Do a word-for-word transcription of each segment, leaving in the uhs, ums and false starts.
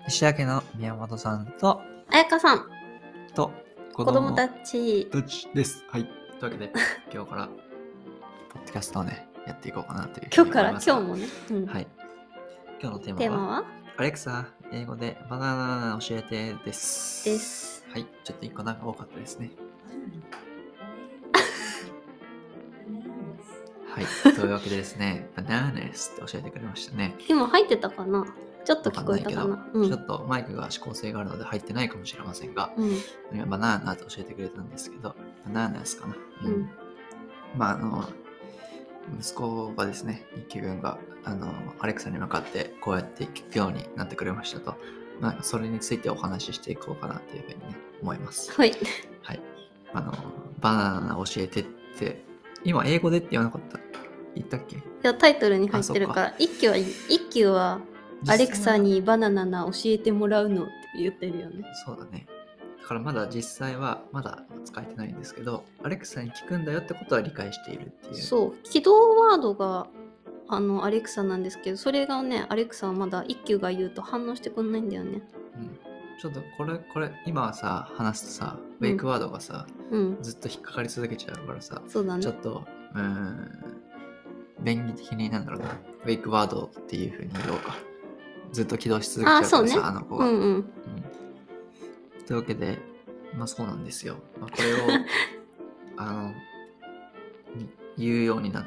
石明の宮本さんと、 あやかさん、 と、子子供たち。 たちです。はい。というわけで、今日から、ポッドキャストをね、やっていこうかなというふうに今日から思いますが今日もね、うんはい。今日のテーマは、 テーマはアレクサ、英語でバナナ教えてです。 ですはい。ちょっと一個長多かったですね。はい。というわけでですね、バナナスって教えてくれましたね。 今入ってたかな、ちょっとわか聞んないけど、 こえたかな。うんちょっとマイクが指向性があるので入ってないかもしれませんが、 うんバナナと教えてくれたんですけど、バナナスかな。 うん。 まあ、あの、息子がですね、一級君が、あの、アレクサに向かってこうやって聞くようになってくれましたと、まあ、それについてお話ししていこうかなというふうにね、思います。 はい。 はい。あの、バナナ教えてって、今英語でって言わなかった言ったっけ？ いや、タイトルに入ってるから、一級は、一級は、アレクサにバナナ教えてもらうのって言ってるよね。 そうだね。だからまだ実際はまだ使えてないんですけど、アレクサに聞くんだよってことは理解しているっていう。 そう、起動ワードがあのアレクサなんですけど、それがね、アレクサはまだ一級が言うと反応してくんないんだよね。 うん。ちょっとこれ、これ、今はさ、話すとさ、ウェイクワードがさ、 うん、 ずっと引っかかり続けちゃうからさ、 そうだね。 ちょっと、うーん、便宜的になんだろうな、ウェイクワードっていう風に言おうか。ずっと起動し続けちゃうからさ、あ,、 あ、そうね、 あの子が。 うんうん。 うん、というわけで、まあそうなんですよ。まあ、これを、あの、言うようになって、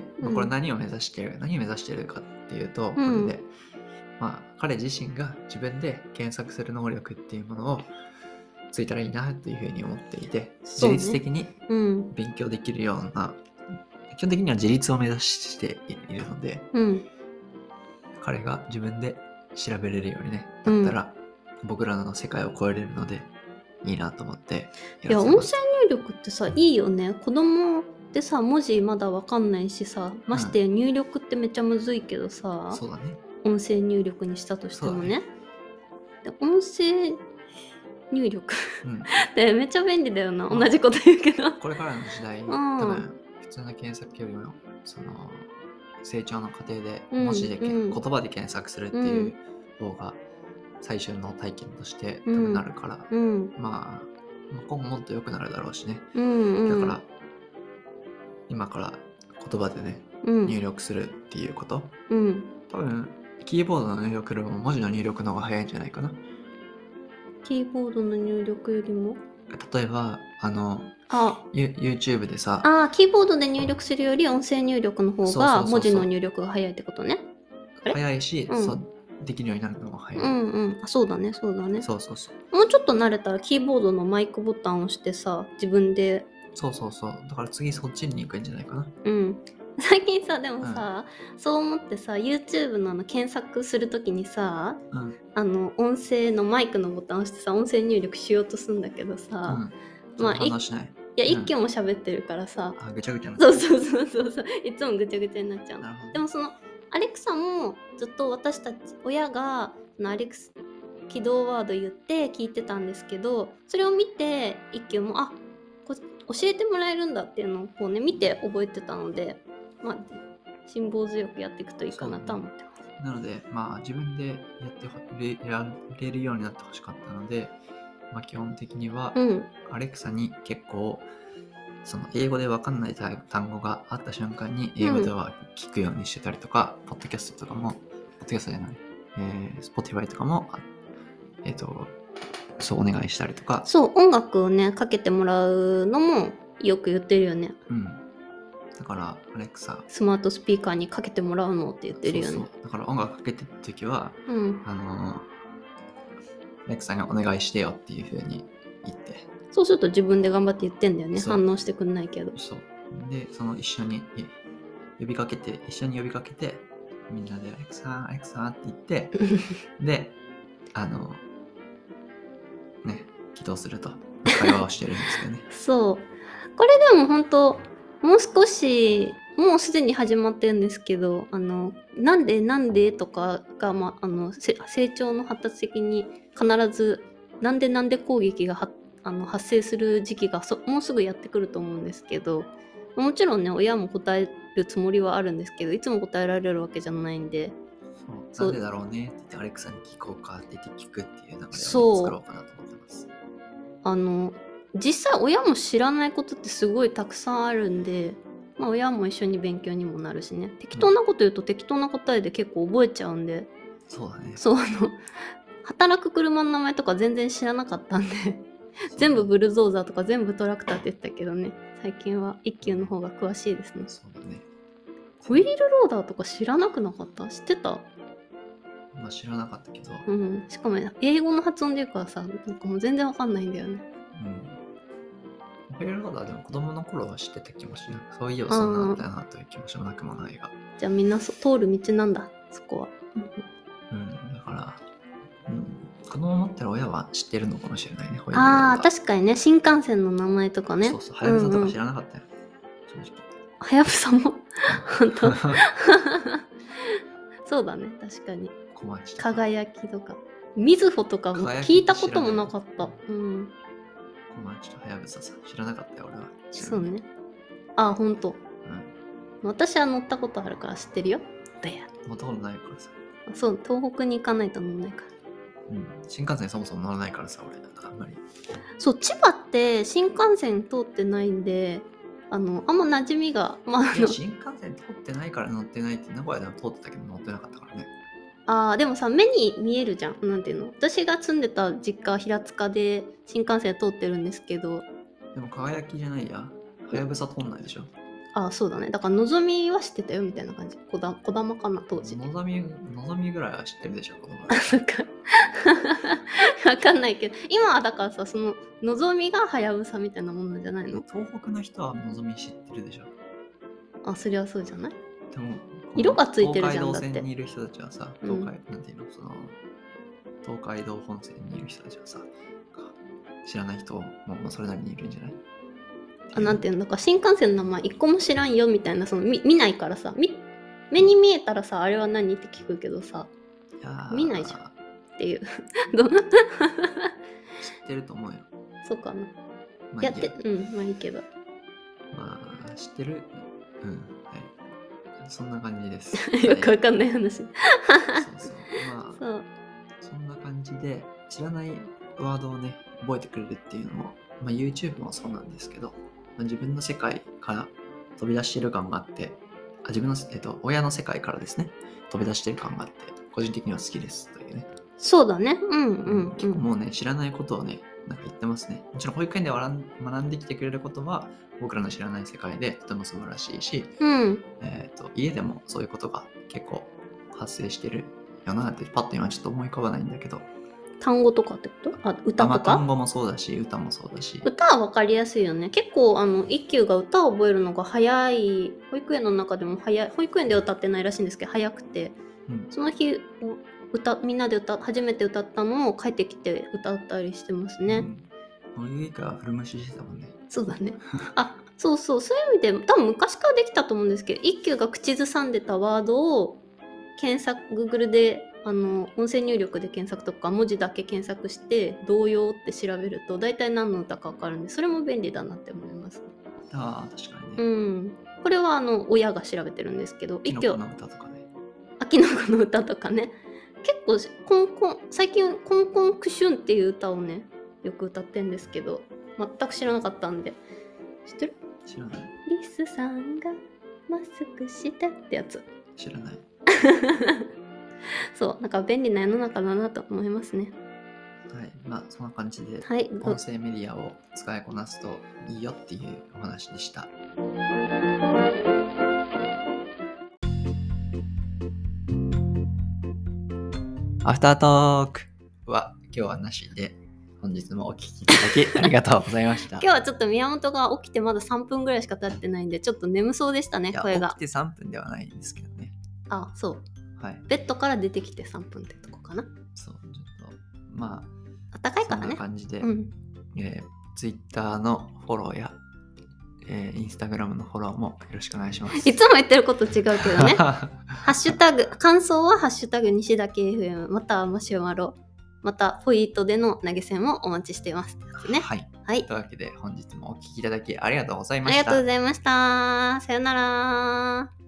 まあ、これ何を目指してる、うん、何を目指してるかっていうと、これで、うん、まあ彼自身が自分で検索する能力っていうものをついたらいいなっていうふうに思っていて、自律的に勉強できるような、うん、基本的には自立を目指しているので、うん、彼が自分で調べれるようにね、だったら、うん、僕らの世界を超えれるのでいいなと思ってやらせてます。いや、音声入力ってさ、いいよね。子供ってさ、文字まだわかんないしさ、まして入力ってめっちゃむずいけどさ、 うん、そうだね。 音声入力にしたとしてもね。で音声入力、うん、でめっちゃ便利だよな、まあ、同じこと言うけど。 これからの時代、うん、多分普通の検索よりもその成長の過程で文字で、うん、言葉で検索するっていう方が最終の体験として多分なるから、うん、まあ今後もっと良くなるだろうしね、うんうん、だから今から言葉でね、うん、入力するっていうこと、うん、多分キーボードの入力よりも文字の入力の方が早いんじゃないかな。 キーボードの入力よりも、 例えばあのあ YouTube でさ、 あキーボードで入力するより音声入力の方が文字の入力が早いってことね。 早いし、うん、そうできるようになるのも早い。 うんうん。あ、そうだね、そうだね。 そうそうそう。 もうちょっと慣れたらキーボードのマイクボタンを押してさ、自分で。 そうそうそう。だから次そっちに行くんじゃないかな。 うん。最近さ、でもさ、うん、そう思ってさ、YouTube のあの検索するときにさ、うん、あの音声のマイクのボタンを押してさ、音声入力しようとするんだけどさ、 うん、まあ反応しない。 いや、一挙も喋ってるからさ、 うん、あ、ぐちゃぐちゃな。 そうそうそうそうそう、いつもぐちゃぐちゃになっちゃう。でもそのアレクサもずっと私たち親がそのアレクサ起動ワード言って聞いてたんですけど、それを見て一挙もあこ教えてもらえるんだっていうのをこうね見て覚えてたので、まあ辛抱強くやっていくといいかなと思ってます。 なのでまあ自分でやってやれるようになってほしかったので、まあ基本的には、うん、アレクサに結構その英語で分かんない単語があった瞬間に英語では聞くようにしてたりとか、うん、ポッドキャストとかもポッドキャストじゃない、えー、Spotify とかもえっ、ー、とそうお願いしたりとか、 そう音楽をねかけてもらうのもよく言ってるよね。 うん。だからアレクサスマートスピーカーにかけてもらうのって言ってるよね。 そうそうだから音楽かけてるときは、うん、あのアレクサにお願いしてよっていう風に言って。 そうすると自分で頑張って言ってんだよね。反応してくんないけど。 そう。で、その一緒に呼びかけて、一緒に呼びかけて、みんなでアレクサ、アレクサって言って、で、あの、ね、起動すると会話をしてるんですよね。 そう。これでも本当もう少し、もうすでに始まってるんですけど、あの、なんでなんでとかが、まあ、あの、成長の発達的に必ず、なんでなんで攻撃が発あの発生する時期がそもうすぐやってくると思うんですけど、もちろんね親も答えるつもりはあるんですけど、いつも答えられるわけじゃないんで、 そうなんでだろうねって言ってアレクサに聞こうかって言って聞くっていう流れをそう作ろうかなと思ってます。 あの実際親も知らないことってすごいたくさんあるんで、まあ、親も一緒に勉強にもなるしね。適当なこと言うと適当な答えで結構覚えちゃうんで、 そうだね。 そうあの働く車の名前とか全然知らなかったんで全部ブルゾーザーとか全部トラクターって言ってたけどね、最近は一級の方が詳しいですね。 そうだね。 ホイールローダーとか知らなくなかった？知ってた？ まあ知らなかったけど、 うん、しかも英語の発音で言うからさ、なんかもう全然わかんないんだよね。 うん。ホイールローダーでも子供の頃は知ってた気もしない。そういえばそんなんだなという気もしなくもないが。 じゃあみんなそ通る道なんだ、そこは。 うん、だから、うん、子供を持ってる親は知ってるのかもしれないね、ホイールローダー。 ああ、確かにね、新幹線の名前とかね。 そうそう、はやぶさとか知らなかったよ、うんうん、正直。 はやぶさも本当そうだね、確かに。輝きとかみずほとかも聞いたこともなかった。うん。 コマチとはやぶささん知らなかったよ俺は。 そうね。あ、ほんと。うん、私は乗ったことあるから知ってるよ。だや。 乗ったことないからさ。 そう、東北に行かないと乗んないから。 うん、新幹線そもそも乗らないからさ、俺あんまり。 そう、千葉って新幹線通ってないんで、あのあんま馴染みが、まあ、 いや新幹線通ってないから乗ってないって名古屋でも通ってたけど乗ってなかったからね。 あーでもさ、目に見えるじゃん。なんていうの、私が住んでた実家は平塚で新幹線通ってるんですけど。 でも輝きじゃないや、はやぶさ通んないでしょ。ああ、そうだね。だからのぞみは知ってたよみたいな感じ。こだこだまかな当時。 のぞみのぞみぐらいは知ってるでしょ。 あ、そっか。わかんないけど、今はだからさ、そののぞみがはやぶさみたいなものじゃないの？ 東北の人はのぞみ知ってるでしょ。 あ、そりゃそうじゃない？ でも色がついてるじゃん。だって東海道線にいる人たちはさ、東海、うん、なんていうの、その東海道本線にいる人たちはさ、知らない人も、まあ、それなりにいるんじゃない？ あ、なんていうのか、新幹線の名前一個も知らんよみたいな、その 見, 見ないからさ、み目に見えたらさ、あれは何って聞くけどさ、いや見ないじゃんっていう。知ってると思うよ。 そうかな。 まあ、 やってうん、まあいいけど。 まあ知ってる。うん、はい。そんな感じです。 よくわかんない話。そうそう。まあそう、そんな感じで知らないワードをね覚えてくれるっていうのも、まあ、YouTube もそうなんですけど、まあ、自分の世界から飛び出してる感があって、あ自分の、えっと、親の世界からですね飛び出してる感があって個人的には好きですというね。 そうだね。うんうん、うん、 結構もうね知らないことをねなんか言ってますね。もちろん保育園で学んできてくれることは僕らの知らない世界でとても素晴らしいし、 うんえー、と家でもそういうことが結構発生してるよなってパッと今ちょっと思い浮かばないんだけど。 単語とかってこと？あ、歌とか？ まあ、単語もそうだし歌もそうだし。 歌は分かりやすいよね。結構あの一級が歌を覚えるのが早い。保育園の中でも早い。保育園では歌ってないらしいんですけど早くて、うん、その日歌みんなで歌初めて歌ったのを帰ってきて歌ったりしてますね。 うん、ゆいかは古虫してたもんね。 そうだね。あ、そうそう、そういう意味で多分昔からできたと思うんですけど、一級が口ずさんでたワードを検索 Google であの音声入力で検索とか文字だけ検索して童謡って調べると大体何の歌か分かるんで、それも便利だなって思います。 ああ確かにね。 うん。これはあの親が調べてるんですけど、 キノコの歌とかね。 あ、キノコの歌とかね。結構コンコン最近コンコンクシュンっていう歌をねよく歌ってんですけど、全く知らなかったんで。知ってる？ 知らない。 リスさんがマスクしたってやつ。 知らない。 そう、なんか便利な世の中だなと思いますね。 はい、まあそんな感じで、 はい、 音声メディアを使いこなすといいよっていうお話でした。アフタートークは今日はなしで、本日もお聞きいただきありがとうございました。 今日はちょっと宮本が起きてまださんぷんぐらいしか経ってないんで、ちょっと眠そうでしたね、声が。 起きてさんぷんではないんですけどね。 あ、そう。 はい。 ベッドから出てきてさんぷんってとこかな。 そう、ちょっと、まあ、暖かいからね。 そんな感じで、 うん、えー、Twitter のフォローや、えー、Instagram のフォローもよろしくお願いします。 いつも言ってること違うけどね。ハッシュタグ、感想はハッシュタグ西田 ケーエフエム、またはマシュマロ、またポイントでの投げ銭もお待ちしています。ね、 はい。 はい。 というわけで本日もお聞きいただきありがとうございました。 ありがとうございました。さよなら。